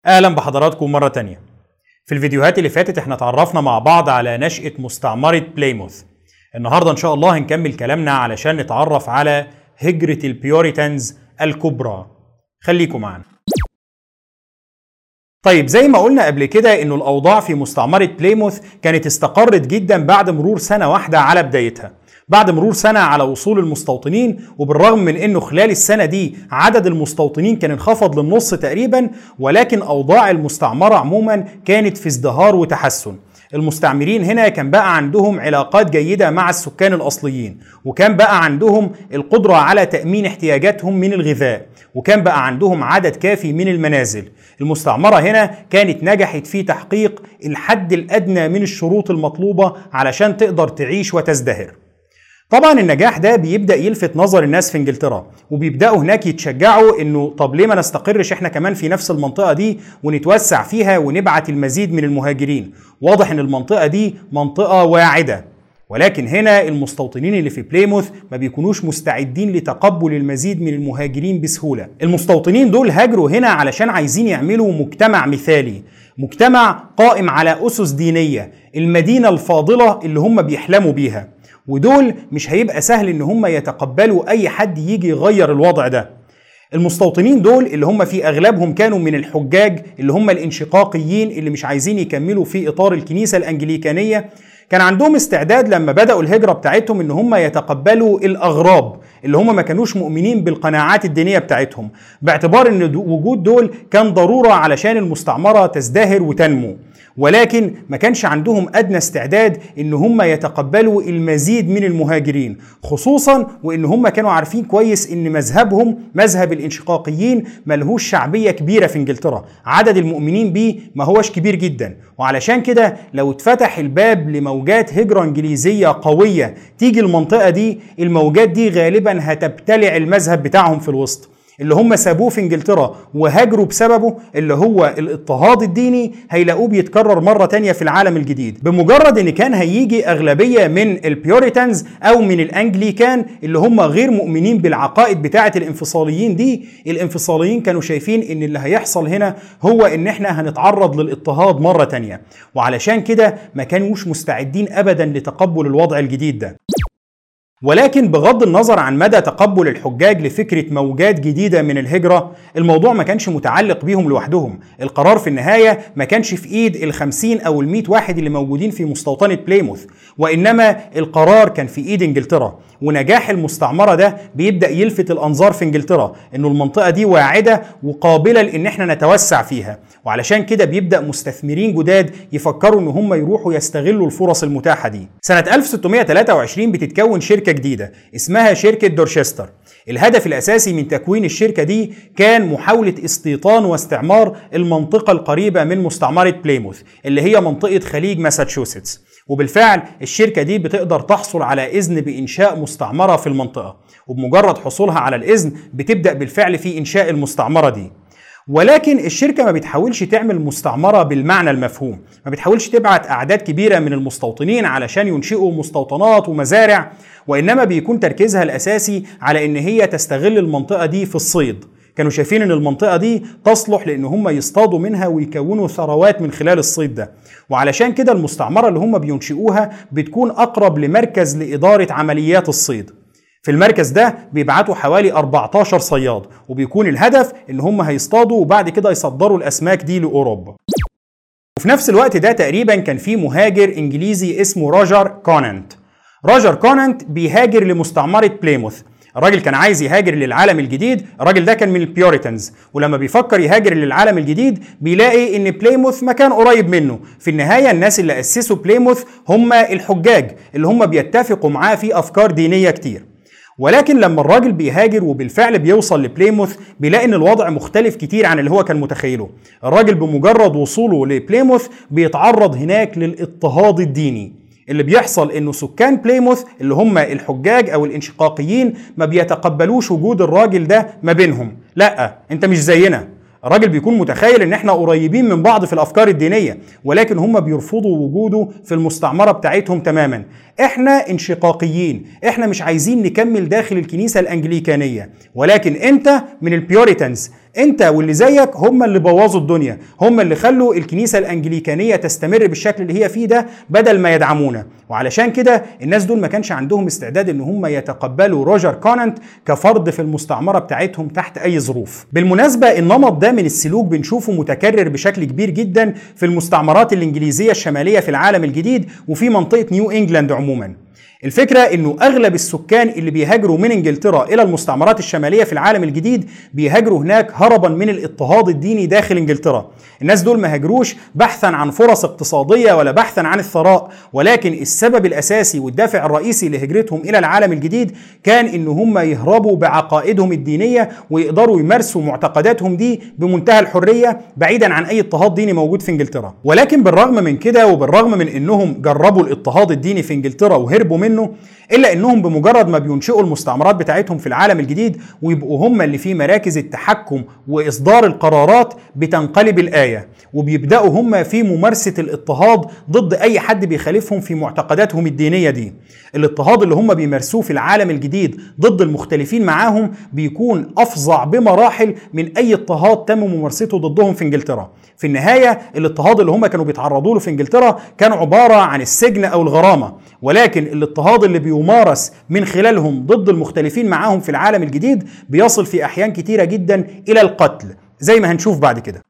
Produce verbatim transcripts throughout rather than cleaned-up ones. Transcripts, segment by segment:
اهلا بحضراتكم مرة تانية. في الفيديوهات اللي فاتت احنا اتعرفنا مع بعض على نشأة مستعمرة بليموث. النهاردة ان شاء الله هنكمل كلامنا علشان نتعرف على هجرة البيوريتانز الكبرى. خليكم معنا. طيب زي ما قلنا قبل كده انه الاوضاع في مستعمرة بليموث كانت استقرت جدا بعد مرور سنة واحدة على بدايتها، بعد مرور سنة على وصول المستوطنين. وبالرغم من انه خلال السنة دي عدد المستوطنين كان انخفض للنص تقريبا، ولكن اوضاع المستعمرة عموما كانت في ازدهار وتحسن. المستعمرين هنا كان بقى عندهم علاقات جيدة مع السكان الأصليين، وكان بقى عندهم القدرة على تأمين احتياجاتهم من الغذاء، وكان بقى عندهم عدد كافي من المنازل. المستعمرة هنا كانت نجحت في تحقيق الحد الأدنى من الشروط المطلوبة علشان تقدر تعيش وتزدهر. طبعا النجاح ده بيبدأ يلفت نظر الناس في انجلترا، وبيبدأوا هناك يتشجعوا انه طب ليه ما نستقرش احنا كمان في نفس المنطقة دي ونتوسع فيها ونبعت المزيد من المهاجرين. واضح ان المنطقة دي منطقة واعدة، ولكن هنا المستوطنين اللي في بليموث ما بيكونوش مستعدين لتقبل المزيد من المهاجرين بسهولة. المستوطنين دول هاجروا هنا علشان عايزين يعملوا مجتمع مثالي، مجتمع قائم على أسس دينية، المدينة الفاضلة اللي هم بيحلموا بيها. ودول مش هيبقى سهل ان هم يتقبلوا اي حد يجي يغير الوضع ده. المستوطنين دول اللي هم في اغلبهم كانوا من الحجاج اللي هم الانشقاقيين اللي مش عايزين يكملوا في اطار الكنيسة الانجليكانية، كان عندهم استعداد لما بدأوا الهجرة بتاعتهم ان هم يتقبلوا الاغراب اللي هم ما كانوش مؤمنين بالقناعات الدينية بتاعتهم، باعتبار ان وجود دول كان ضرورة علشان المستعمرة تزدهر وتنمو. ولكن ما كانش عندهم أدنى استعداد إن هم يتقبلوا المزيد من المهاجرين، خصوصا وإن هم كانوا عارفين كويس إن مذهبهم مذهب الانشقاقيين ملهوش شعبية كبيرة في إنجلترا، عدد المؤمنين بيه ما هوش كبير جدا. وعلشان كده لو اتفتح الباب لموجات هجرة إنجليزية قوية تيجي المنطقة دي، الموجات دي غالبا هتبتلع المذهب بتاعهم في الوسط اللي هم سابوه في انجلترا وهاجروا بسببه، اللي هو الاضطهاد الديني، هيلاقوه بيتكرر مرة تانية في العالم الجديد. بمجرد ان كان هيجي اغلبية من البيوريتانز او من الانجليكان اللي هم غير مؤمنين بالعقائد بتاعة الانفصاليين دي، الانفصاليين كانوا شايفين ان اللي هيحصل هنا هو ان احنا هنتعرض للاضطهاد مرة تانية، وعلشان كده ما كانوش مستعدين ابدا لتقبل الوضع الجديد ده. ولكن بغض النظر عن مدى تقبل الحجاج لفكرة موجات جديدة من الهجرة، الموضوع ما كانش متعلق بيهم لوحدهم. القرار في النهاية ما كانش في ايد الخمسين او المية واحد اللي موجودين في مستوطنة بليموث، وانما القرار كان في ايد انجلترا. ونجاح المستعمرة ده بيبدأ يلفت الانظار في انجلترا انه المنطقة دي واعدة وقابلة لان احنا نتوسع فيها، وعلشان كده بيبدأ مستثمرين جداد يفكروا ان هم يروحوا يستغلوا الفرص المتاحة دي. سنة ألف وستمائة وثلاثة وعشرين بتتكون شركة جديدة اسمها شركة دورشستر. الهدف الأساسي من تكوين الشركة دي كان محاولة استيطان واستعمار المنطقة القريبة من مستعمرة بليموث اللي هي منطقة خليج ماساتشوستس. وبالفعل الشركة دي بتقدر تحصل على إذن بإنشاء مستعمرة في المنطقة، وبمجرد حصولها على الإذن بتبدأ بالفعل في إنشاء المستعمرة دي. ولكن الشركة ما بتحاولش تعمل مستعمرة بالمعنى المفهوم، ما بتحاولش تبعت أعداد كبيرة من المستوطنين علشان ينشئوا مستوطنات ومزارع، وإنما بيكون تركيزها الأساسي على إن هي تستغل المنطقة دي في الصيد. كانوا شايفين إن المنطقة دي تصلح لأن هم يصطادوا منها ويكونوا ثروات من خلال الصيد ده، وعلشان كده المستعمرة اللي هم بينشئوها بتكون أقرب لمركز لإدارة عمليات الصيد. في المركز ده بيبعتوا حوالي أربعتاشر صياد، وبيكون الهدف ان هم هيصطادوا وبعد كده يصدروا الاسماك دي لاوروبا. وفي نفس الوقت ده تقريبا كان في مهاجر انجليزي اسمه روجر كونانت. روجر كونانت بيهاجر لمستعمرة بليموث. الراجل كان عايز يهاجر للعالم الجديد، الراجل ده كان من البيوريتانز، ولما بيفكر يهاجر للعالم الجديد بيلاقي ان بليموث مكان قريب منه. في النهاية الناس اللي اسسوا بليموث هم الحجاج اللي هم بيتفقوا معاه في افكار دينية كتير. ولكن لما الراجل بيهاجر وبالفعل بيوصل لبليموث بيلاقي ان الوضع مختلف كتير عن اللي هو كان متخيله. الراجل بمجرد وصوله لبليموث بيتعرض هناك للاضطهاد الديني. اللي بيحصل انه سكان بليموث اللي هم الحجاج او الانشقاقيين ما بيتقبلوش وجود الراجل ده ما بينهم. لا انت مش زينا. الراجل بيكون متخيل ان احنا قريبين من بعض في الافكار الدينية، ولكن هم بيرفضوا وجوده في المستعمرة بتاعتهم تماما. احنا انشقاقيين، احنا مش عايزين نكمل داخل الكنيسة الانجليكانية، ولكن انت من البيوريتانز، انت واللي زيك هم اللي بوظوا الدنيا، هم اللي خلوا الكنيسة الانجليكانية تستمر بالشكل اللي هي فيه ده بدل ما يدعمونا. وعلشان كده الناس دول ما كانش عندهم استعداد ان هم يتقبلوا روجر كونانت كفرد في المستعمرة بتاعتهم تحت اي ظروف. بالمناسبة النمط ده من السلوك بنشوفه متكرر بشكل كبير جدا في المستعمرات الانجليزية الشمالية في العالم الجديد وفي منطقة نيو انجلاند عموما. الفكرة انه اغلب السكان اللي بيهاجروا من انجلترا الى المستعمرات الشمالية في العالم الجديد بيهاجروا هناك هربا من الاضطهاد الديني داخل انجلترا. الناس دول ما هاجروش بحثا عن فرص اقتصادية ولا بحثا عن الثراء، ولكن السبب الاساسي والدافع الرئيسي لهجرتهم الى العالم الجديد كان ان هم يهربوا بعقائدهم الدينية ويقدروا يمارسوا معتقداتهم دي بمنتهى الحرية بعيدا عن اي اضطهاد ديني موجود في انجلترا. ولكن بالرغم من كده وبالرغم من انهم جربوا الاضطهاد الديني في انجلترا وهربوا منه، إلا أنهم بمجرد ما بينشئوا المستعمرات بتاعتهم في العالم الجديد ويبقوا هم اللي في مراكز التحكم وإصدار القرارات بتنقلب الآية، وبيبدأوا هم في ممارسة الاضطهاد ضد أي حد بيخالفهم في معتقداتهم الدينية دي. الاضطهاد اللي هم بيمارسوه في العالم الجديد ضد المختلفين معاهم بيكون أفظع بمراحل من أي اضطهاد تم ممارسته ضدهم في انجلترا. في النهاية الاضطهاد اللي هم كانوا بيتعرضوا له في انجلترا كان عبارة عن السجن أو الغرامة، ولكن الاضطهاد اللي بيمارس من خلالهم ضد المختلفين معاهم في العالم الجديد بيصل في أحيان كتيرة جدا إلى القتل زي ما هنشوف بعد كده.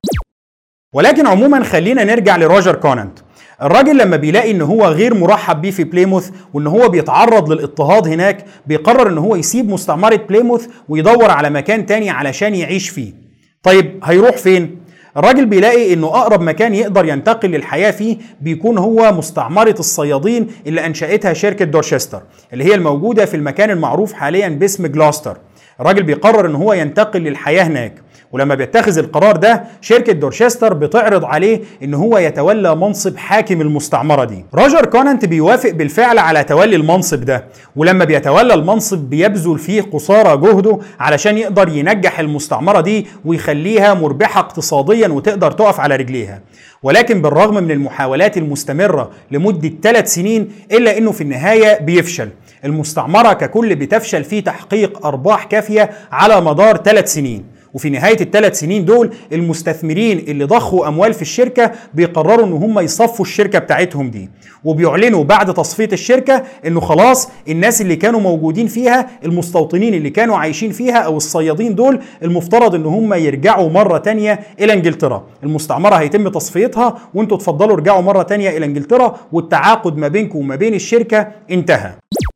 ولكن عموما خلينا نرجع لروجر كونانت. الراجل لما بيلاقي ان هو غير مرحب بيه في بليموث وان هو بيتعرض للاضطهاد هناك بيقرر ان هو يسيب مستعمرة بليموث ويدور على مكان تاني علشان يعيش فيه. طيب هيروح فين؟ الراجل بيلاقي انه اقرب مكان يقدر ينتقل للحياة فيه بيكون هو مستعمرة الصيادين اللي انشأتها شركة دورشستر اللي هي الموجودة في المكان المعروف حاليا باسم جلوستر. الراجل بيقرر ان هو ينتقل للحياة هناك، ولما بيتخذ القرار ده شركة دورشستر بتعرض عليه ان هو يتولى منصب حاكم المستعمرة دي. روجر كونانت بيوافق بالفعل على تولي المنصب ده، ولما بيتولى المنصب بيبذل فيه قصارى جهده علشان يقدر ينجح المستعمرة دي ويخليها مربحة اقتصاديا وتقدر تقف على رجليها. ولكن بالرغم من المحاولات المستمرة لمدة ثلاث سنين إلا أنه في النهاية بيفشل. المستعمرة ككل بتفشل في تحقيق أرباح كافية على مدار ثلاث سنين، وفي نهاية الثلاث سنين دول المستثمرين اللي ضخوا أموال في الشركة بيقرروا ان هم يصفوا الشركة بتاعتهم دي، وبيعلنوا بعد تصفية الشركة انه خلاص الناس اللي كانوا موجودين فيها، المستوطنين اللي كانوا عايشين فيها او الصيادين دول، المفترض ان هم يرجعوا مرة تانية الى انجلترا. المستعمرة هيتم تصفيتها وانتوا تفضلوا ارجعوا مرة تانية الى انجلترا، والتعاقد ما بينكم وما بين الشركة انتهى.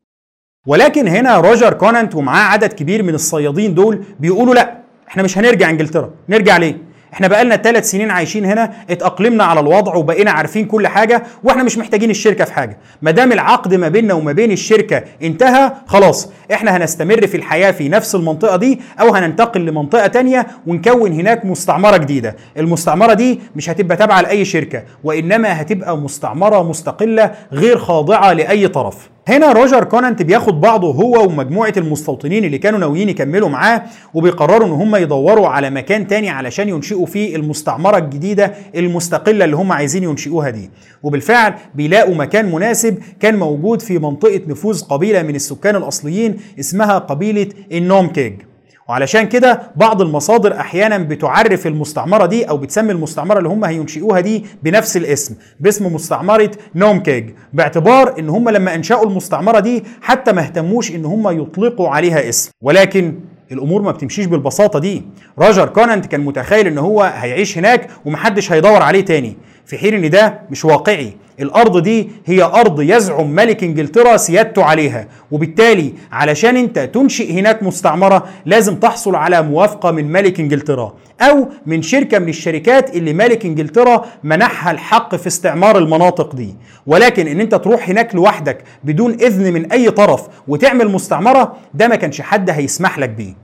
ولكن هنا روجر كونانت ومعاه عدد كبير من الصيادين دول بيقولوا لا، احنا مش هنرجع انجلترا. نرجع ليه؟ احنا بقالنا ثلاث سنين عايشين هنا، اتأقلمنا على الوضع وبقينا عارفين كل حاجة، واحنا مش محتاجين الشركة في حاجة. ما دام العقد ما بيننا وما بين الشركة انتهى خلاص، احنا هنستمر في الحياة في نفس المنطقة دي او هننتقل لمنطقة تانية ونكون هناك مستعمرة جديدة. المستعمرة دي مش هتبقى تابعة لأي شركة، وإنما هتبقى مستعمرة مستقلة غير خاضعة لأي طرف. هنا روجر كونانت بياخد بعضه هو ومجموعة المستوطنين اللي كانوا ناويين يكملوا معاه، وبيقرروا ان هم يدوروا على مكان تاني علشان ينشئوا فيه المستعمرة الجديدة المستقلة اللي هم عايزين ينشئوها دي. وبالفعل بيلاقوا مكان مناسب كان موجود في منطقة نفوذ قبيلة من السكان الأصليين اسمها قبيلة النومكيج. وعلشان كده بعض المصادر احيانا بتعرف المستعمرة دي او بتسمي المستعمرة اللي هم هينشئوها دي بنفس الاسم، باسم مستعمرة نومكيج، باعتبار ان هم لما انشأوا المستعمرة دي حتى ما اهتموش ان هم يطلقوا عليها اسم. ولكن الامور ما بتمشيش بالبساطة دي. روجر كونانت كان متخيل ان هو هيعيش هناك ومحدش هيدور عليه تاني، في حين ان ده مش واقعي. الارض دي هي ارض يزعم ملك انجلترا سيادته عليها، وبالتالي علشان انت تنشئ هناك مستعمرة لازم تحصل على موافقة من ملك انجلترا او من شركة من الشركات اللي ملك انجلترا منحها الحق في استعمار المناطق دي. ولكن ان انت تروح هناك لوحدك بدون اذن من اي طرف وتعمل مستعمرة، ده ما كانش حد هيسمح لك بيه.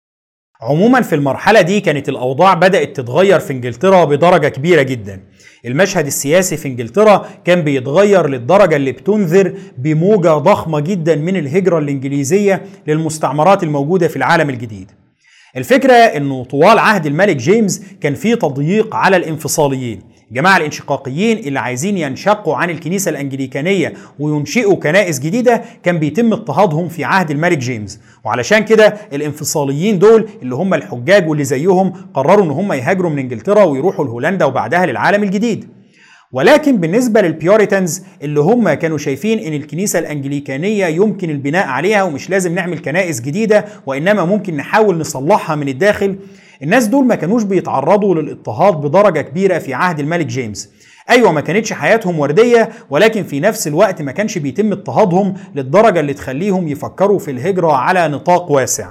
عموما في المرحلة دي كانت الأوضاع بدأت تتغير في انجلترا بدرجة كبيرة جدا. المشهد السياسي في انجلترا كان بيتغير للدرجة اللي بتنذر بموجة ضخمة جدا من الهجرة الإنجليزية للمستعمرات الموجودة في العالم الجديد. الفكرة انه طوال عهد الملك جيمس كان في تضييق على الانفصاليين. الجماعة الانشقاقيين اللي عايزين ينشقوا عن الكنيسة الأنجليكانية وينشئوا كنائس جديدة كان بيتم اضطهادهم في عهد الملك جيمس، وعلشان كده الانفصاليين دول اللي هم الحجاج واللي زيهم قرروا ان هم يهاجروا من انجلترا ويروحوا لهولندا وبعدها للعالم الجديد. ولكن بالنسبة للبيوريتانز اللي هم كانوا شايفين ان الكنيسة الانجليكانية يمكن البناء عليها ومش لازم نعمل كنائس جديدة وانما ممكن نحاول نصلحها من الداخل، الناس دول ما كانوش بيتعرضوا للاضطهاد بدرجة كبيرة في عهد الملك جيمس. ايوه ما كانتش حياتهم وردية، ولكن في نفس الوقت ما كانش بيتم اضطهادهم للدرجة اللي تخليهم يفكروا في الهجرة على نطاق واسع.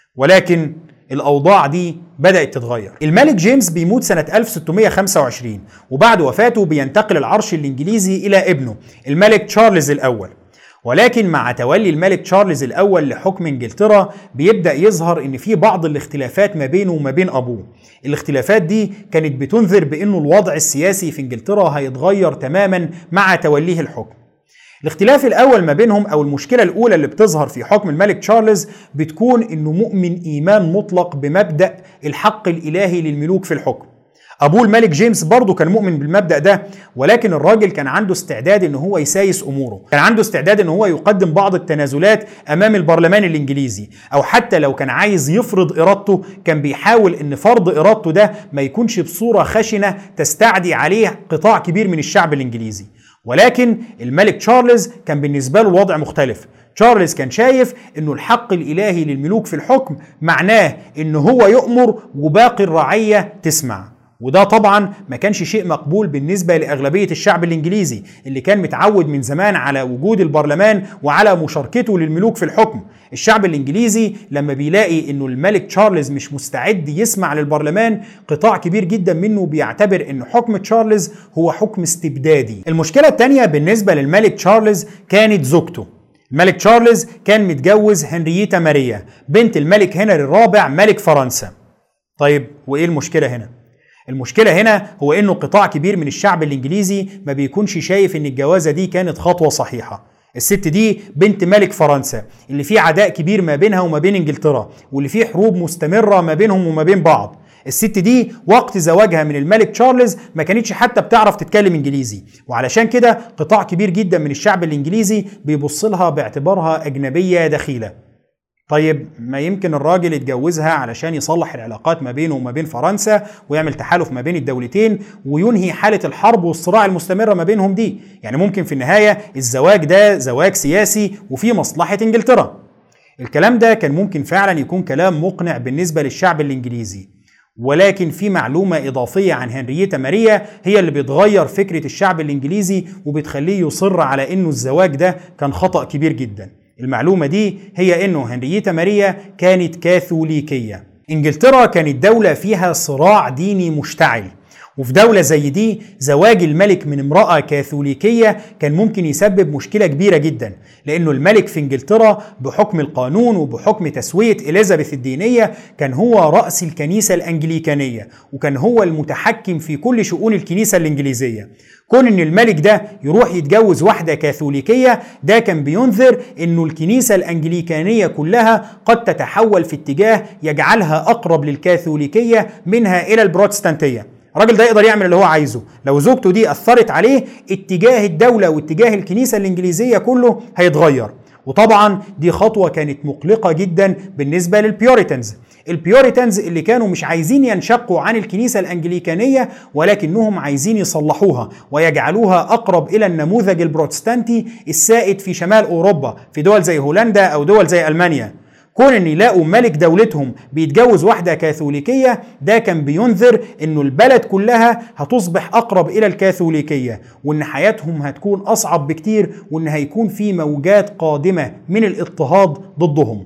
ولكن الأوضاع دي بدأت تتغير. الملك جيمس بيموت سنة ألف وستمائة وخمسة وعشرين، وبعد وفاته بينتقل العرش الإنجليزي إلى ابنه الملك تشارلز الأول. ولكن مع تولي الملك تشارلز الأول لحكم إنجلترا بيبدأ يظهر إن في بعض الاختلافات ما بينه وما بين أبوه. الاختلافات دي كانت بتنذر بإنه الوضع السياسي في إنجلترا هيتغير تماما مع توليه الحكم. الاختلاف الأول ما بينهم أو المشكلة الأولى اللي بتظهر في حكم الملك تشارلز بتكون إنه مؤمن إيمان مطلق بمبدأ الحق الإلهي للملوك في الحكم. أبوه الملك جيمس برضه كان مؤمن بالمبدأ ده، ولكن الراجل كان عنده استعداد إن هو يسايس أموره، كان عنده استعداد إن هو يقدم بعض التنازلات أمام البرلمان الإنجليزي، أو حتى لو كان عايز يفرض إرادته كان بيحاول إن فرض إرادته ده ما يكونش بصورة خشنة تستعدي عليه قطاع كبير من الشعب الإنجليزي. ولكن الملك تشارلز كان بالنسبة له الوضع مختلف. تشارلز كان شايف انه الحق الالهي للملوك في الحكم معناه انه هو يؤمر وباقي الرعية تسمع، وده طبعا ما كانش شيء مقبول بالنسبة لأغلبية الشعب الإنجليزي اللي كان متعود من زمان على وجود البرلمان وعلى مشاركته للملوك في الحكم. الشعب الإنجليزي لما بيلاقي إنه الملك تشارلز مش مستعد يسمع للبرلمان، قطاع كبير جدا منه بيعتبر إن حكم تشارلز هو حكم استبدادي. المشكلة الثانية بالنسبة للملك تشارلز كانت زوجته. الملك تشارلز كان متجوز هنريتا ماريا بنت الملك هنري الرابع ملك فرنسا. طيب وإيه المشكلة هنا؟ المشكلة هنا هو إنه قطاع كبير من الشعب الإنجليزي ما بيكونش شايف إن الجوازة دي كانت خطوة صحيحة. الست دي بنت ملك فرنسا اللي فيه عداء كبير ما بينها وما بين إنجلترا، واللي فيه حروب مستمرة ما بينهم وما بين بعض. الست دي وقت زواجها من الملك تشارلز ما كانتش حتى بتعرف تتكلم إنجليزي، وعلشان كده قطاع كبير جدا من الشعب الإنجليزي بيبص لها باعتبارها أجنبية دخيلة. طيب ما يمكن الراجل يتجوزها علشان يصلح العلاقات ما بينه وما بين فرنسا ويعمل تحالف ما بين الدولتين وينهي حالة الحرب والصراع المستمرة ما بينهم دي. يعني ممكن في النهاية الزواج ده زواج سياسي وفي مصلحة إنجلترا. الكلام ده كان ممكن فعلا يكون كلام مقنع بالنسبة للشعب الإنجليزي، ولكن في معلومة إضافية عن هنريتا ماريا هي اللي بتغير فكرة الشعب الإنجليزي وبتخليه يصر على إنه الزواج ده كان خطأ كبير جدا. المعلومة دي هي إنه هنريتا ماريا كانت كاثوليكية. إنجلترا كانت دولة فيها صراع ديني مشتعل، وفي دولة زي دي زواج الملك من امرأة كاثوليكية كان ممكن يسبب مشكلة كبيرة جدا، لأنه الملك في إنجلترا بحكم القانون وبحكم تسوية إليزابيث الدينية كان هو رأس الكنيسة الأنجليكانية، وكان هو المتحكم في كل شؤون الكنيسة الإنجليزية. كون إن الملك ده يروح يتجوز واحدة كاثوليكية ده كان بينذر إنه الكنيسة الأنجليكانية كلها قد تتحول في اتجاه يجعلها أقرب للكاثوليكية منها إلى البروتستانتية. الراجل ده يقدر يعمل اللي هو عايزه، لو زوجته دي أثرت عليه اتجاه الدولة واتجاه الكنيسة الإنجليزية كله هيتغير. وطبعا دي خطوة كانت مقلقة جدا بالنسبة للبيوريتانز. البيوريتانز اللي كانوا مش عايزين ينشقوا عن الكنيسة الأنجليكانية، ولكنهم عايزين يصلحوها ويجعلوها أقرب إلى النموذج البروتستانتي السائد في شمال أوروبا في دول زي هولندا أو دول زي ألمانيا. كون ان يلاقوا ملك دولتهم بيتجوز واحدة كاثوليكية ده كان بينذر انه البلد كلها هتصبح اقرب الى الكاثوليكية، وان حياتهم هتكون اصعب بكتير، وان هيكون في موجات قادمة من الاضطهاد ضدهم.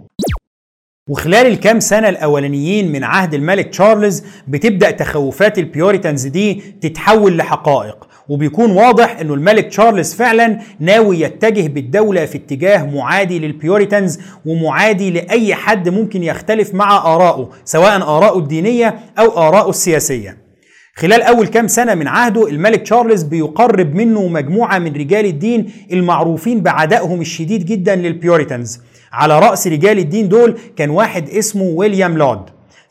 وخلال الكام سنة الأولانيين من عهد الملك تشارلز بتبدأ تخوفات البيوريتانز دي تتحول لحقائق، وبيكون واضح انه الملك تشارلز فعلا ناوي يتجه بالدولة في اتجاه معادي للبيوريتانز ومعادي لأي حد ممكن يختلف مع آرائه، سواء آراءه الدينية أو آراءه السياسية. خلال أول كام سنة من عهده الملك تشارلز بيقرب منه مجموعة من رجال الدين المعروفين بعدائهم الشديد جدا للبيوريتانز. على رأس رجال الدين دول كان واحد اسمه ويليام لود.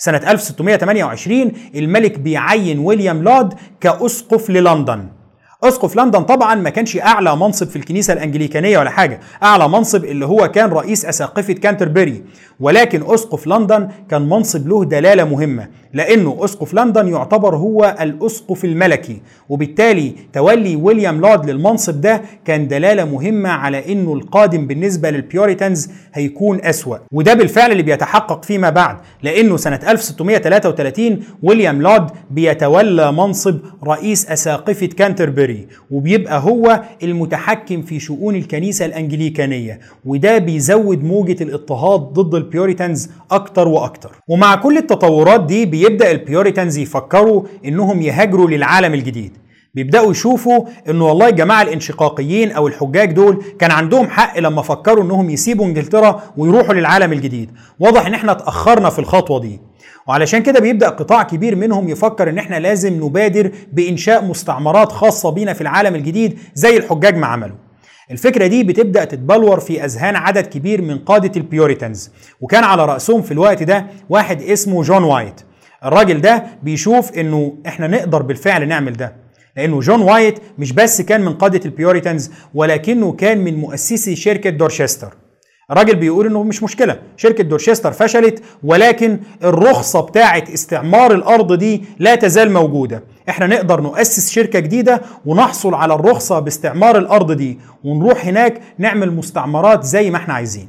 سنة ألف وستمائة وثمانية وعشرين الملك بيعين ويليام لود كأسقف للندن. أسقف لندن طبعا ما كانش أعلى منصب في الكنيسة الأنجليكانية ولا حاجة، أعلى منصب اللي هو كان رئيس أساقفة كانتربري، ولكن أسقف لندن كان منصب له دلالة مهمة، لأنه أسقف لندن يعتبر هو الأسقف الملكي، وبالتالي تولي ويليام لود للمنصب ده كان دلالة مهمة على أنه القادم بالنسبة للبيوريتانز هيكون أسوأ، وده بالفعل اللي بيتحقق فيما بعد، لأنه سنة ألف وستمائة وثلاثة وثلاثين ويليام لود بيتولى منصب رئيس أساقفة كانتربري، وبيبقى هو المتحكم في شؤون الكنيسة الأنجليكانية، وده بيزود موجة الاضطهاد ضد البيوريتانز أكتر وأكتر. ومع كل التطورات دي بيبدأ البيوريتانز يفكروا إنهم يهاجروا للعالم الجديد، بيبدأوا يشوفوا إنه والله الجماعة الانشقاقيين أو الحجاج دول كان عندهم حق لما فكروا إنهم يسيبوا إنجلترا ويروحوا للعالم الجديد. واضح إن احنا اتأخرنا في الخطوة دي، وعلشان كده بيبدأ قطاع كبير منهم يفكر ان احنا لازم نبادر بإنشاء مستعمرات خاصة بينا في العالم الجديد زي الحجاج ما عملوا. الفكرة دي بتبدأ تتبلور في أذهان عدد كبير من قادة البيوريتانز، وكان على رأسهم في الوقت ده واحد اسمه جون وايت. الراجل ده بيشوف انه احنا نقدر بالفعل نعمل ده، لأنه جون وايت مش بس كان من قادة البيوريتانز ولكنه كان من مؤسسي شركة دورشستر. الراجل بيقول انه مش مشكلة، شركة دورشستر فشلت ولكن الرخصة بتاعة استعمار الارض دي لا تزال موجودة، احنا نقدر نؤسس شركة جديدة ونحصل على الرخصة باستعمار الارض دي ونروح هناك نعمل مستعمرات زي ما احنا عايزين.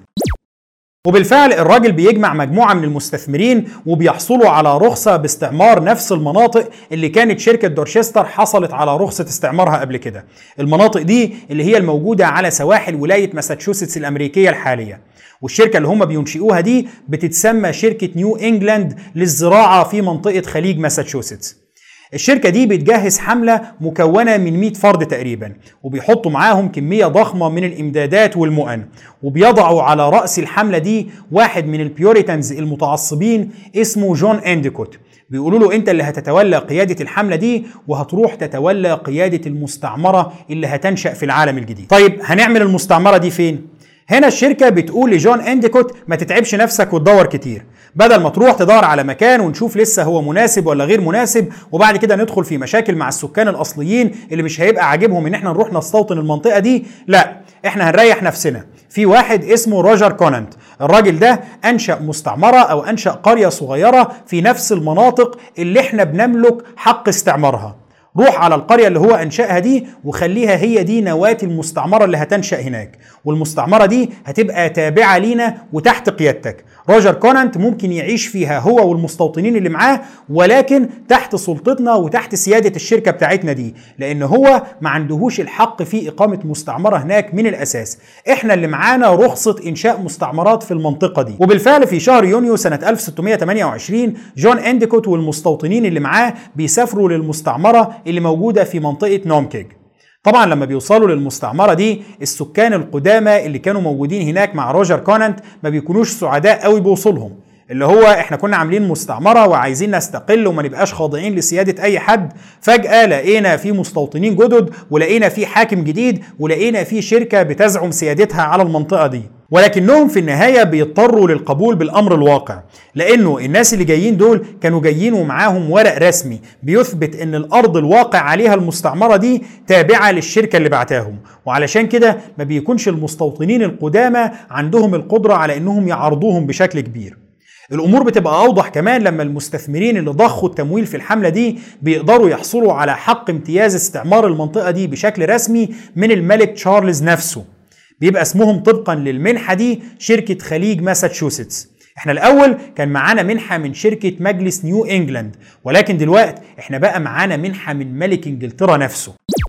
وبالفعل الراجل بيجمع مجموعة من المستثمرين وبيحصلوا على رخصة باستعمار نفس المناطق اللي كانت شركة دورشستر حصلت على رخصة استعمارها قبل كده. المناطق دي اللي هي الموجودة على سواحل ولاية ماساتشوستس الأمريكية الحالية، والشركة اللي هم بينشئوها دي بتتسمى شركة نيو إنجلاند للزراعة في منطقة خليج ماساتشوستس. الشركة دي بتجهز حملة مكونة من مئة فرد تقريبا، وبيحطوا معاهم كمية ضخمة من الإمدادات والمؤن، وبيضعوا على رأس الحملة دي واحد من البيوريتانز المتعصبين اسمه جون انديكوت. بيقولوا له انت اللي هتتولى قيادة الحملة دي وهتروح تتولى قيادة المستعمرة اللي هتنشأ في العالم الجديد. طيب هنعمل المستعمرة دي فين؟ هنا الشركة بتقول لجون انديكوت ما تتعبش نفسك وتدور كتير، بدل ما تروح تدور على مكان ونشوف لسه هو مناسب ولا غير مناسب وبعد كده ندخل في مشاكل مع السكان الأصليين اللي مش هيبقى عاجبهم ان احنا نروح نستوطن المنطقة دي، لا احنا هنريح نفسنا. في واحد اسمه روجر كونانت، الراجل ده أنشأ مستعمرة أو أنشأ قرية صغيرة في نفس المناطق اللي احنا بنملك حق استعمارها. روح على القرية اللي هو أنشأها دي وخليها هي دي نواة المستعمرة اللي هتنشأ هناك، والمستعمرة دي هتبقى تابعة لينا وتحت قيادتك. روجر كونانت ممكن يعيش فيها هو والمستوطنين اللي معاه، ولكن تحت سلطتنا وتحت سيادة الشركة بتاعتنا دي، لأن هو ما عندهوش الحق في إقامة مستعمرة هناك من الأساس. إحنا اللي معانا رخصة إنشاء مستعمرات في المنطقة دي. وبالفعل في شهر يونيو سنة ألف وستمائة وثمانية وعشرين جون انديكوت والمستوطنين اللي معاه بيسافروا للمستعمرة اللي موجودة في منطقة نومكيج. طبعا لما بيوصلوا للمستعمرة دي السكان القدامى اللي كانوا موجودين هناك مع روجر كونانت ما بيكونوش سعداء قوي بوصولهم، اللي هو احنا كنا عاملين مستعمرة وعايزين نستقل وما نبقاش خاضعين لسيادة اي حد، فجأة لقينا في مستوطنين جدد ولقينا في حاكم جديد ولقينا في شركة بتزعم سيادتها على المنطقة دي. ولكنهم في النهاية بيضطروا للقبول بالأمر الواقع، لأنه الناس اللي جايين دول كانوا جايين ومعاهم ورق رسمي بيثبت أن الأرض الواقع عليها المستعمرة دي تابعة للشركة اللي بعتاهم، وعلشان كده ما بيكونش المستوطنين القدامى عندهم القدرة على أنهم يعرضوهم بشكل كبير. الأمور بتبقى أوضح كمان لما المستثمرين اللي ضخوا التمويل في الحملة دي بيقدروا يحصلوا على حق امتياز استعمار المنطقة دي بشكل رسمي من الملك تشارلز نفسه. بيبقى اسمهم طبقا للمنحة دي شركة خليج ماساتشوستس. احنا الأول كان معانا منحة من شركة مجلس نيو إنجلاند، ولكن دلوقتي احنا بقى معانا منحة من ملك إنجلترا نفسه.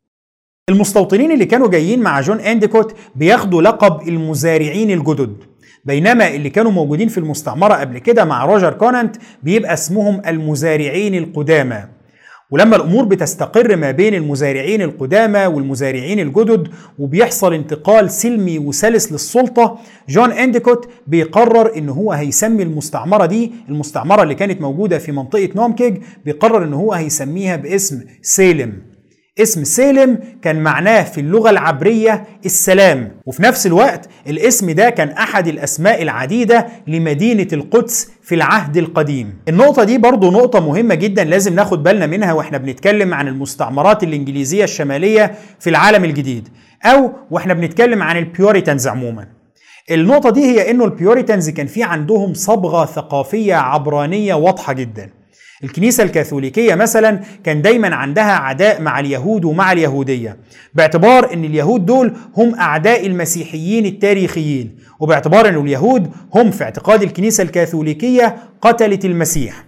المستوطنين اللي كانوا جايين مع جون انديكوت بياخدوا لقب المزارعين الجدد، بينما اللي كانوا موجودين في المستعمرة قبل كده مع روجر كونانت بيبقى اسمهم المزارعين القدامى. ولما الأمور بتستقر ما بين المزارعين القدامى والمزارعين الجدد وبيحصل انتقال سلمي وسلس للسلطة، جون انديكوت بيقرر ان هو هيسمي المستعمرة دي، المستعمرة اللي كانت موجودة في منطقة نومكيج، بيقرر ان هو هيسميها باسم سيلم. اسم سالم كان معناه في اللغة العبرية السلام، وفي نفس الوقت الاسم ده كان أحد الأسماء العديدة لمدينة القدس في العهد القديم. النقطة دي برضو نقطة مهمة جدا لازم ناخد بالنا منها واحنا بنتكلم عن المستعمرات الإنجليزية الشمالية في العالم الجديد، أو واحنا بنتكلم عن البيوريتانز عموما. النقطة دي هي إنه البيوريتانز كان في عندهم صبغة ثقافية عبرانية واضحة جدا. الكنيسة الكاثوليكية مثلا كان دايما عندها عداء مع اليهود ومع اليهودية، باعتبار ان اليهود دول هم اعداء المسيحيين التاريخيين، وباعتبار ان اليهود هم في اعتقاد الكنيسة الكاثوليكية قتلة المسيح.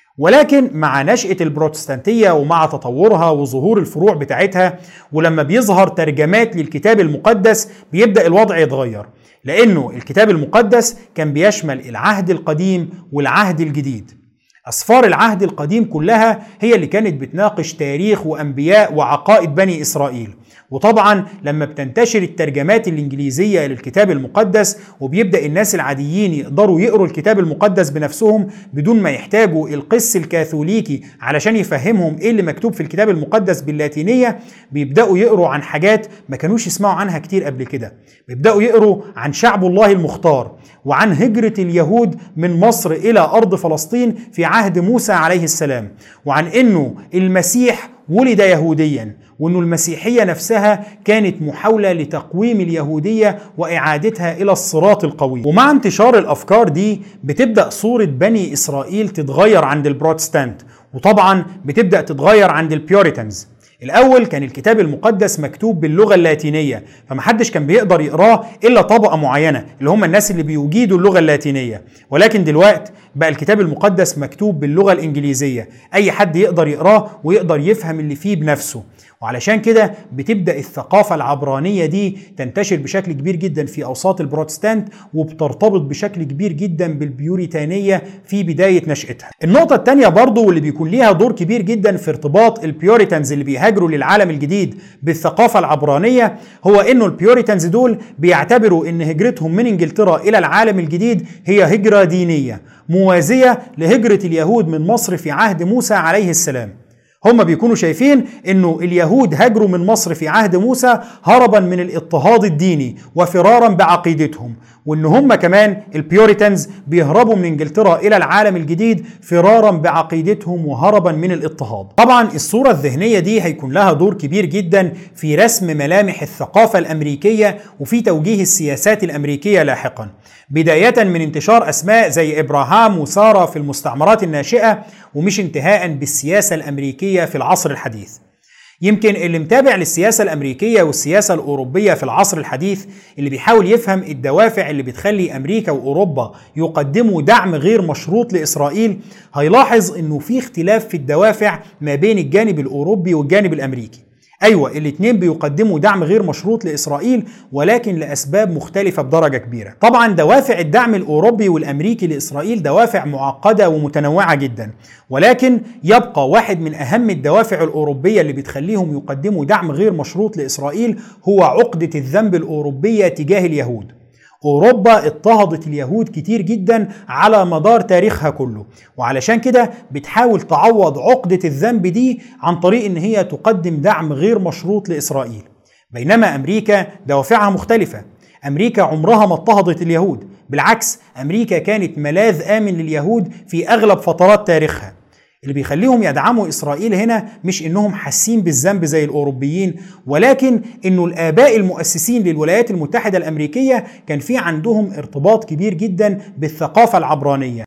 ولكن مع نشأة البروتستانتية ومع تطورها وظهور الفروع بتاعتها، ولما بيظهر ترجمات للكتاب المقدس بيبدأ الوضع يتغير، لأنه الكتاب المقدس كان بيشمل العهد القديم والعهد الجديد. أسفار العهد القديم كلها هي اللي كانت بتناقش تاريخ وأنبياء وعقائد بني إسرائيل، وطبعا لما بتنتشر الترجمات الإنجليزية للكتاب المقدس وبيبدأ الناس العاديين يقدروا يقروا الكتاب المقدس بنفسهم بدون ما يحتاجوا القس الكاثوليكي علشان يفهمهم إيه اللي مكتوب في الكتاب المقدس باللاتينية، بيبدأوا يقروا عن حاجات ما كانوش يسمعوا عنها كتير قبل كده. بيبدأوا يقروا عن شعب الله المختار، وعن هجرة اليهود من مصر إلى أرض فلسطين في عهد موسى عليه السلام، وعن إنه المسيح ولد يهوديا، وإنه المسيحية نفسها كانت محاولة لتقويم اليهودية وإعادتها إلى الصراط القوي. ومع انتشار الأفكار دي بتبدأ صورة بني إسرائيل تتغير عند البروتستانت، وطبعا بتبدأ تتغير عند البيوريتانز. الأول كان الكتاب المقدس مكتوب باللغة اللاتينية، فمحدش كان بيقدر يقراه إلا طبقة معينة اللي هم الناس اللي بيجيدوا اللغة اللاتينية. ولكن دلوقتي بقى الكتاب المقدس مكتوب باللغة الإنجليزية، أي حد يقدر يقراه ويقدر يفهم اللي فيه بنفسه. وعلشان كده بتبدأ الثقافة العبرانية دي تنتشر بشكل كبير جدا في أوساط البروتستانت، وبترتبط بشكل كبير جدا بالبيوريتانية في بداية نشأتها. النقطة الثانية برضو واللي بيكون ليها دور كبير جدا في ارتباط البيوريتانز اللي بيهاجروا للعالم الجديد بالثقافة العبرانية، هو إنه البيوريتانز دول بيعتبروا إن هجرتهم من إنجلترا إلى العالم الجديد هي هجرة دينية موازية لهجرة اليهود من مصر في عهد موسى عليه السلام. هم بيكونوا شايفين انه اليهود هاجروا من مصر في عهد موسى هربا من الاضطهاد الديني وفرارا بعقيدتهم، وان هم كمان البيوريتانز بيهربوا من انجلترا الى العالم الجديد فرارا بعقيدتهم وهربا من الاضطهاد. طبعا الصورة الذهنية دي هيكون لها دور كبير جدا في رسم ملامح الثقافة الامريكية وفي توجيه السياسات الامريكية لاحقا، بداية من انتشار اسماء زي ابراهام وسارة في المستعمرات الناشئة، ومش انتهاء بالسياسة الامريكية في العصر الحديث. يمكن اللي متابع للسياسة الأمريكية والسياسة الأوروبية في العصر الحديث، اللي بيحاول يفهم الدوافع اللي بتخلي أمريكا وأوروبا يقدموا دعم غير مشروط لإسرائيل، هيلاحظ إنه في اختلاف في الدوافع ما بين الجانب الأوروبي والجانب الأمريكي. أيوة، الاتنين بيقدموا دعم غير مشروط لإسرائيل، ولكن لأسباب مختلفة بدرجة كبيرة. طبعا دوافع الدعم الأوروبي والأمريكي لإسرائيل دوافع معقدة ومتنوعة جدا، ولكن يبقى واحد من أهم الدوافع الأوروبية اللي بتخليهم يقدموا دعم غير مشروط لإسرائيل هو عقدة الذنب الأوروبية تجاه اليهود. أوروبا اضطهدت اليهود كتير جدا على مدار تاريخها كله، وعلشان كده بتحاول تعوض عقدة الذنب دي عن طريق ان هي تقدم دعم غير مشروط لإسرائيل. بينما أمريكا دوافعها مختلفة. أمريكا عمرها ما اضطهدت اليهود، بالعكس أمريكا كانت ملاذ آمن لليهود في أغلب فترات تاريخها. اللي بيخليهم يدعموا إسرائيل هنا مش إنهم حاسين بالذنب زي الأوروبيين، ولكن إنه الآباء المؤسسين للولايات المتحدة الأمريكية كان في عندهم ارتباط كبير جدا بالثقافة العبرانية.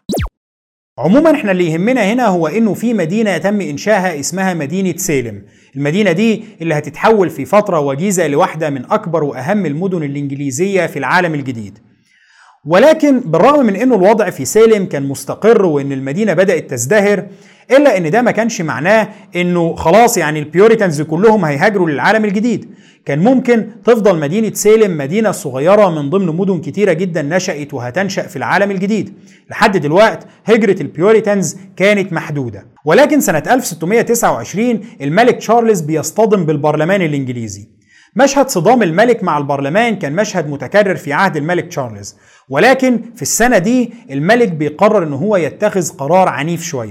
عموما احنا اللي يهمنا هنا هو إنه في مدينة تم إنشائها اسمها مدينة سالم. المدينة دي اللي هتتحول في فترة وجيزة لواحدة من أكبر وأهم المدن الإنجليزية في العالم الجديد. ولكن بالرغم من انه الوضع في سالم كان مستقر وان المدينة بدأت تزدهر، الا ان ده ما كانش معناه انه خلاص يعني البيوريتانز كلهم هيهاجروا للعالم الجديد. كان ممكن تفضل مدينة سالم مدينة صغيرة من ضمن مدن كتيرة جدا نشأت وهتنشأ في العالم الجديد. لحد دلوقت هجرة البيوريتانز كانت محدودة. ولكن سنة ألف وستمائة وتسعة وعشرين الملك تشارلز بيصطدم بالبرلمان الإنجليزي. مشهد صدام الملك مع البرلمان كان مشهد متكرر في عهد الملك تشارلز، ولكن في السنة دي الملك بيقرر ان هو يتخذ قرار عنيف شوية.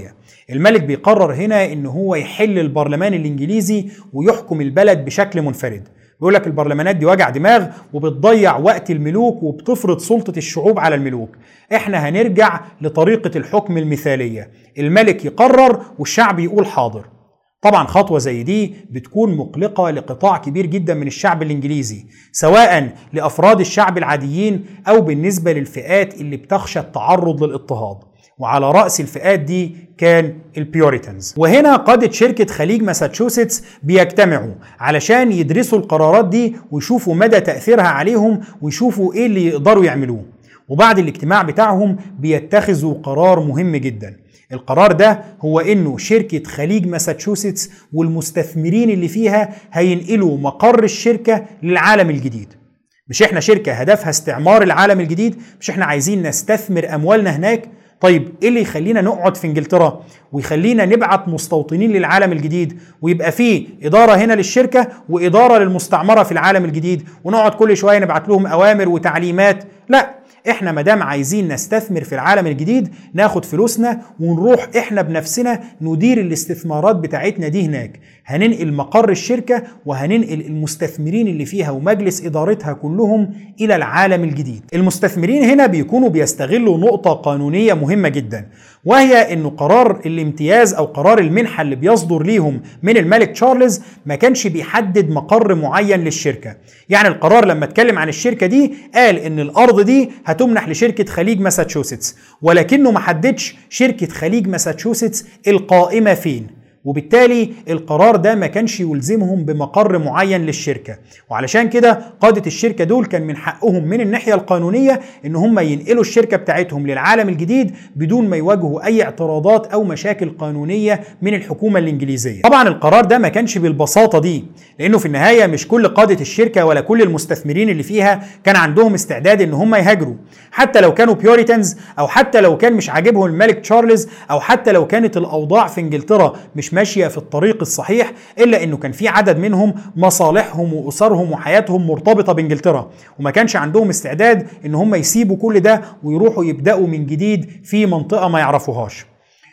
الملك بيقرر هنا ان هو يحل البرلمان الانجليزي ويحكم البلد بشكل منفرد. بيقول لك البرلمانات دي وجع دماغ وبتضيع وقت الملوك وبتفرض سلطة الشعوب على الملوك، احنا هنرجع لطريقة الحكم المثالية، الملك يقرر والشعب يقول حاضر. طبعا خطوة زي دي بتكون مقلقة لقطاع كبير جدا من الشعب الانجليزي، سواء لأفراد الشعب العاديين أو بالنسبة للفئات اللي بتخشى التعرض للاضطهاد، وعلى رأس الفئات دي كان البيوريتانز. وهنا قادة شركة خليج ماساتشوستس بيجتمعوا علشان يدرسوا القرارات دي ويشوفوا مدى تأثيرها عليهم ويشوفوا ايه اللي يقدروا يعملوه. وبعد الاجتماع بتاعهم بيتخذوا قرار مهم جدا. القرار ده هو انه شركة خليج ماساتشوستس والمستثمرين اللي فيها هينقلوا مقر الشركة للعالم الجديد. مش احنا شركة هدفها استعمار العالم الجديد؟ مش احنا عايزين نستثمر اموالنا هناك؟ طيب ايه اللي يخلينا نقعد في انجلترا ويخلينا نبعت مستوطنين للعالم الجديد ويبقى فيه اداره هنا للشركه واداره للمستعمره في العالم الجديد ونقعد كل شويه نبعت لهم اوامر وتعليمات؟ لا، احنا مادام عايزين نستثمر في العالم الجديد ناخد فلوسنا ونروح احنا بنفسنا ندير الاستثمارات بتاعتنا دي هناك. هننقل مقر الشركة وهننقل المستثمرين اللي فيها ومجلس ادارتها كلهم الى العالم الجديد. المستثمرين هنا بيكونوا بيستغلوا نقطة قانونية مهمة جدا، وهي انه قرار الامتياز او قرار المنحة اللي بيصدر ليهم من الملك تشارلز ما كانش بيحدد مقر معين للشركة. يعني القرار لما اتكلم عن الشركة دي قال ان الارض دي هتمنح لشركة خليج ماساتشوستس، ولكنه ما حددش شركة خليج ماساتشوستس القائمة فين، وبالتالي القرار ده ما كانش يلزمهم بمقر معين للشركة. وعلشان كده قادة الشركة دول كان من حقهم من الناحية القانونية ان هم ينقلوا الشركة بتاعتهم للعالم الجديد بدون ما يواجهوا اي اعتراضات او مشاكل قانونية من الحكومة الانجليزية. طبعا القرار ده ما كانش بالبساطة دي، لانه في النهاية مش كل قادة الشركة ولا كل المستثمرين اللي فيها كان عندهم استعداد ان هم يهاجروا، حتى لو كانوا بيوريتانز او حتى لو كان مش عاجبهم الملك تشارلز او حتى لو كانت الاوضاع في انجلترا مش ماشية في الطريق الصحيح، إلا أنه كان في عدد منهم مصالحهم وأسرهم وحياتهم مرتبطة بإنجلترا، وما كانش عندهم استعداد أن هم يسيبوا كل ده ويروحوا يبدأوا من جديد في منطقة ما يعرفوهاش.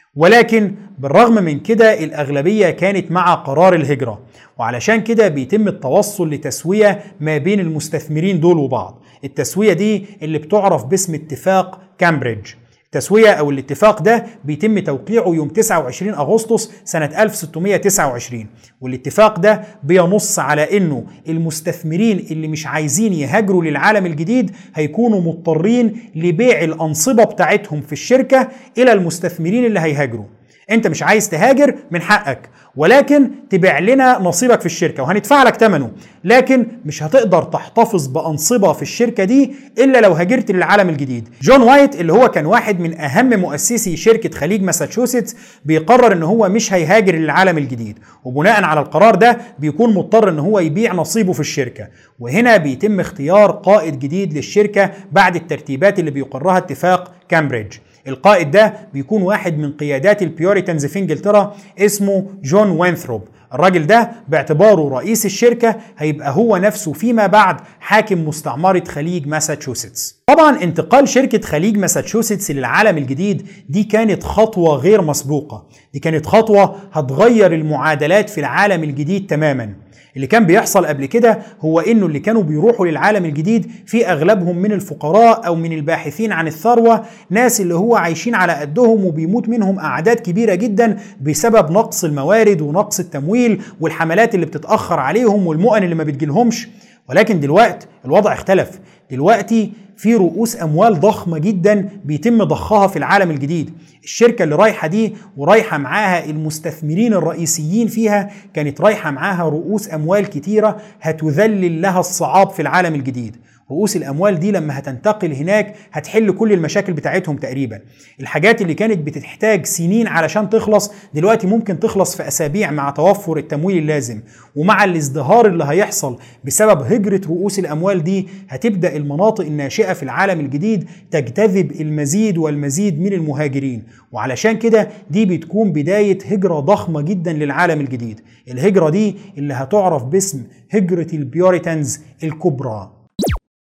ولكن بالرغم من كده الأغلبية كانت مع قرار الهجرة، وعلشان كده بيتم التوصل لتسوية ما بين المستثمرين دول وبعض. التسوية دي اللي بتعرف باسم اتفاق كامبريدج. التسوية أو الاتفاق ده بيتم توقيعه يوم تسعة وعشرين أغسطس سنة ألف وستمائة وتسعة وعشرين، والاتفاق ده بينص على إنه المستثمرين اللي مش عايزين يهاجروا للعالم الجديد هيكونوا مضطرين لبيع الأنصبة بتاعتهم في الشركة إلى المستثمرين اللي هيهاجروا. أنت مش عايز تهاجر من حقك، ولكن تبيع لنا نصيبك في الشركة وهندفع لك ثمنه، لكن مش هتقدر تحتفظ بأنصبة في الشركة دي إلا لو هاجرت للعالم الجديد. جون وايت اللي هو كان واحد من أهم مؤسسي شركة خليج ماساتشوستس بيقرر إن هو مش هيهاجر للعالم الجديد، وبناء على القرار ده بيكون مضطر إن هو يبيع نصيبه في الشركة. وهنا بيتم اختيار قائد جديد للشركة بعد الترتيبات اللي بيقرها اتفاق كامبريدج. القائد ده بيكون واحد من قيادات البيوريتانز في انجلترا اسمه جون وينثروب. الراجل ده باعتباره رئيس الشركة هيبقى هو نفسه فيما بعد حاكم مستعمرة خليج ماساتشوستس. طبعا انتقال شركة خليج ماساتشوستس للعالم الجديد دي كانت خطوة غير مسبوقة، دي كانت خطوة هتغير المعادلات في العالم الجديد تماما. اللي كان بيحصل قبل كده هو انه اللي كانوا بيروحوا للعالم الجديد في اغلبهم من الفقراء او من الباحثين عن الثروة، ناس اللي هو عايشين على قدهم وبيموت منهم اعداد كبيرة جدا بسبب نقص الموارد ونقص التمويل والحملات اللي بتتأخر عليهم والمؤن اللي ما بتجيلهمش. ولكن دلوقتي الوضع اختلف، دلوقتي في رؤوس اموال ضخمة جدا بيتم ضخها في العالم الجديد. الشركة اللي رايحة دي ورايحة معاها المستثمرين الرئيسيين فيها كانت رايحة معاها رؤوس اموال كتيرة هتذلل لها الصعاب في العالم الجديد. رؤوس الاموال دي لما هتنتقل هناك هتحل كل المشاكل بتاعتهم تقريبا. الحاجات اللي كانت بتحتاج سنين علشان تخلص دلوقتي ممكن تخلص في اسابيع مع توفر التمويل اللازم، ومع الازدهار اللي هيحصل بسبب هجرة رؤوس الاموال دي هتبدأ المناطق الناشئة في العالم الجديد تجتذب المزيد والمزيد من المهاجرين. وعلشان كده دي بتكون بداية هجرة ضخمة جدا للعالم الجديد. الهجرة دي اللي هتعرف باسم هجرة البيوريتانز الكبرى.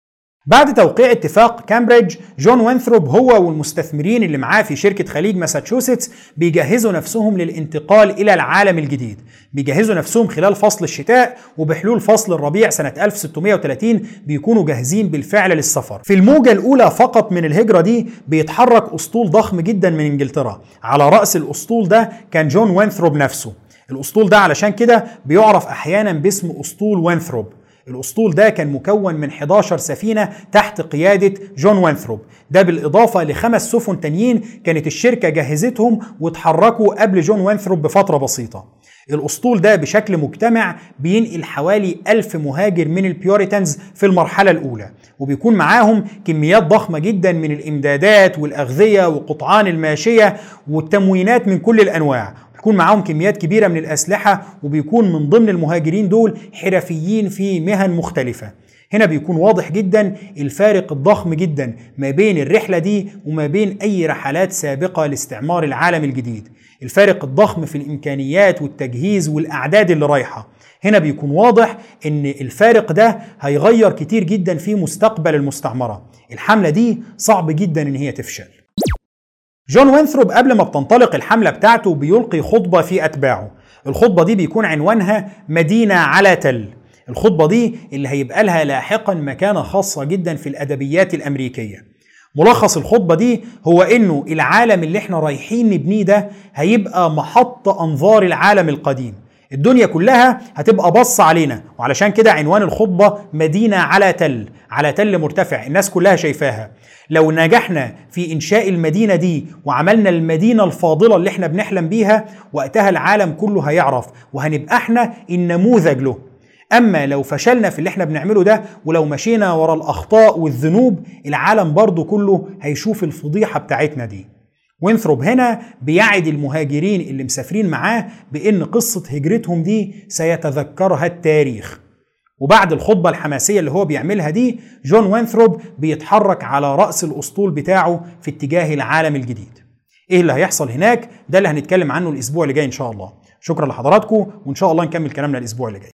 بعد توقيع اتفاق كامبريدج، جون وينثروب هو والمستثمرين اللي معاه في شركة خليج ماساتشوستس بيجهزوا نفسهم للانتقال إلى العالم الجديد. بيجهزوا نفسهم خلال فصل الشتاء، وبحلول فصل الربيع سنة ألف وستمائة وثلاثين بيكونوا جاهزين بالفعل للسفر. في الموجة الأولى فقط من الهجرة دي بيتحرك أسطول ضخم جدا من إنجلترا. على رأس الأسطول ده كان جون وينثروب نفسه. الأسطول ده علشان كده بيعرف أحيانا باسم أسطول وينثروب. الأسطول ده كان مكون من إحدى عشرة سفينة تحت قيادة جون وينثروب، ده بالإضافة لخمس سفن تانيين كانت الشركة جهزتهم وتحركوا قبل جون وينثروب بفترة بسيطة. الأسطول ده بشكل مجتمع بينقل حوالي ألف مهاجر من البيوريتانز في المرحلة الأولى، وبيكون معاهم كميات ضخمة جدا من الإمدادات والأغذية وقطعان الماشية والتموينات من كل الأنواع. بيكون معاهم كميات كبيرة من الأسلحة، وبيكون من ضمن المهاجرين دول حرفيين في مهن مختلفة. هنا بيكون واضح جدا الفارق الضخم جدا ما بين الرحلة دي وما بين أي رحلات سابقة لاستعمار العالم الجديد. الفارق الضخم في الإمكانيات والتجهيز والأعداد اللي رايحة. هنا بيكون واضح إن الفارق ده هيغير كتير جدا في مستقبل المستعمرة. الحملة دي صعب جدا إن هي تفشل. جون وينثروب قبل ما بتنطلق الحملة بتاعته بيلقي خطبة في أتباعه. الخطبة دي بيكون عنوانها مدينة على تل. الخطبة دي اللي هيبقى لها لاحقا مكانة خاصة جدا في الأدبيات الأمريكية. ملخص الخطبة دي هو إنه العالم اللي احنا رايحين نبنيه ده هيبقى محط أنظار العالم القديم. الدنيا كلها هتبقى بص علينا، وعلشان كده عنوان الخطبة مدينة على تل. على تل مرتفع الناس كلها شايفاها. لو نجحنا في إنشاء المدينة دي وعملنا المدينة الفاضلة اللي احنا بنحلم بيها، وقتها العالم كله هيعرف وهنبقى احنا النموذج له. أما لو فشلنا في اللي احنا بنعمله ده ولو مشينا ورا الأخطاء والذنوب، العالم برضو كله هيشوف الفضيحة بتاعتنا دي. وينثروب هنا بيعد المهاجرين اللي مسافرين معاه بأن قصة هجرتهم دي سيتذكرها التاريخ. وبعد الخطبة الحماسية اللي هو بيعملها دي، جون وينثروب بيتحرك على رأس الأسطول بتاعه في اتجاه العالم الجديد. ايه اللي هيحصل هناك؟ ده اللي هنتكلم عنه الأسبوع اللي جاي إن شاء الله. شكرا لحضراتكم، وإن شاء الله نكمل كلامنا الأسبوع اللي جاي.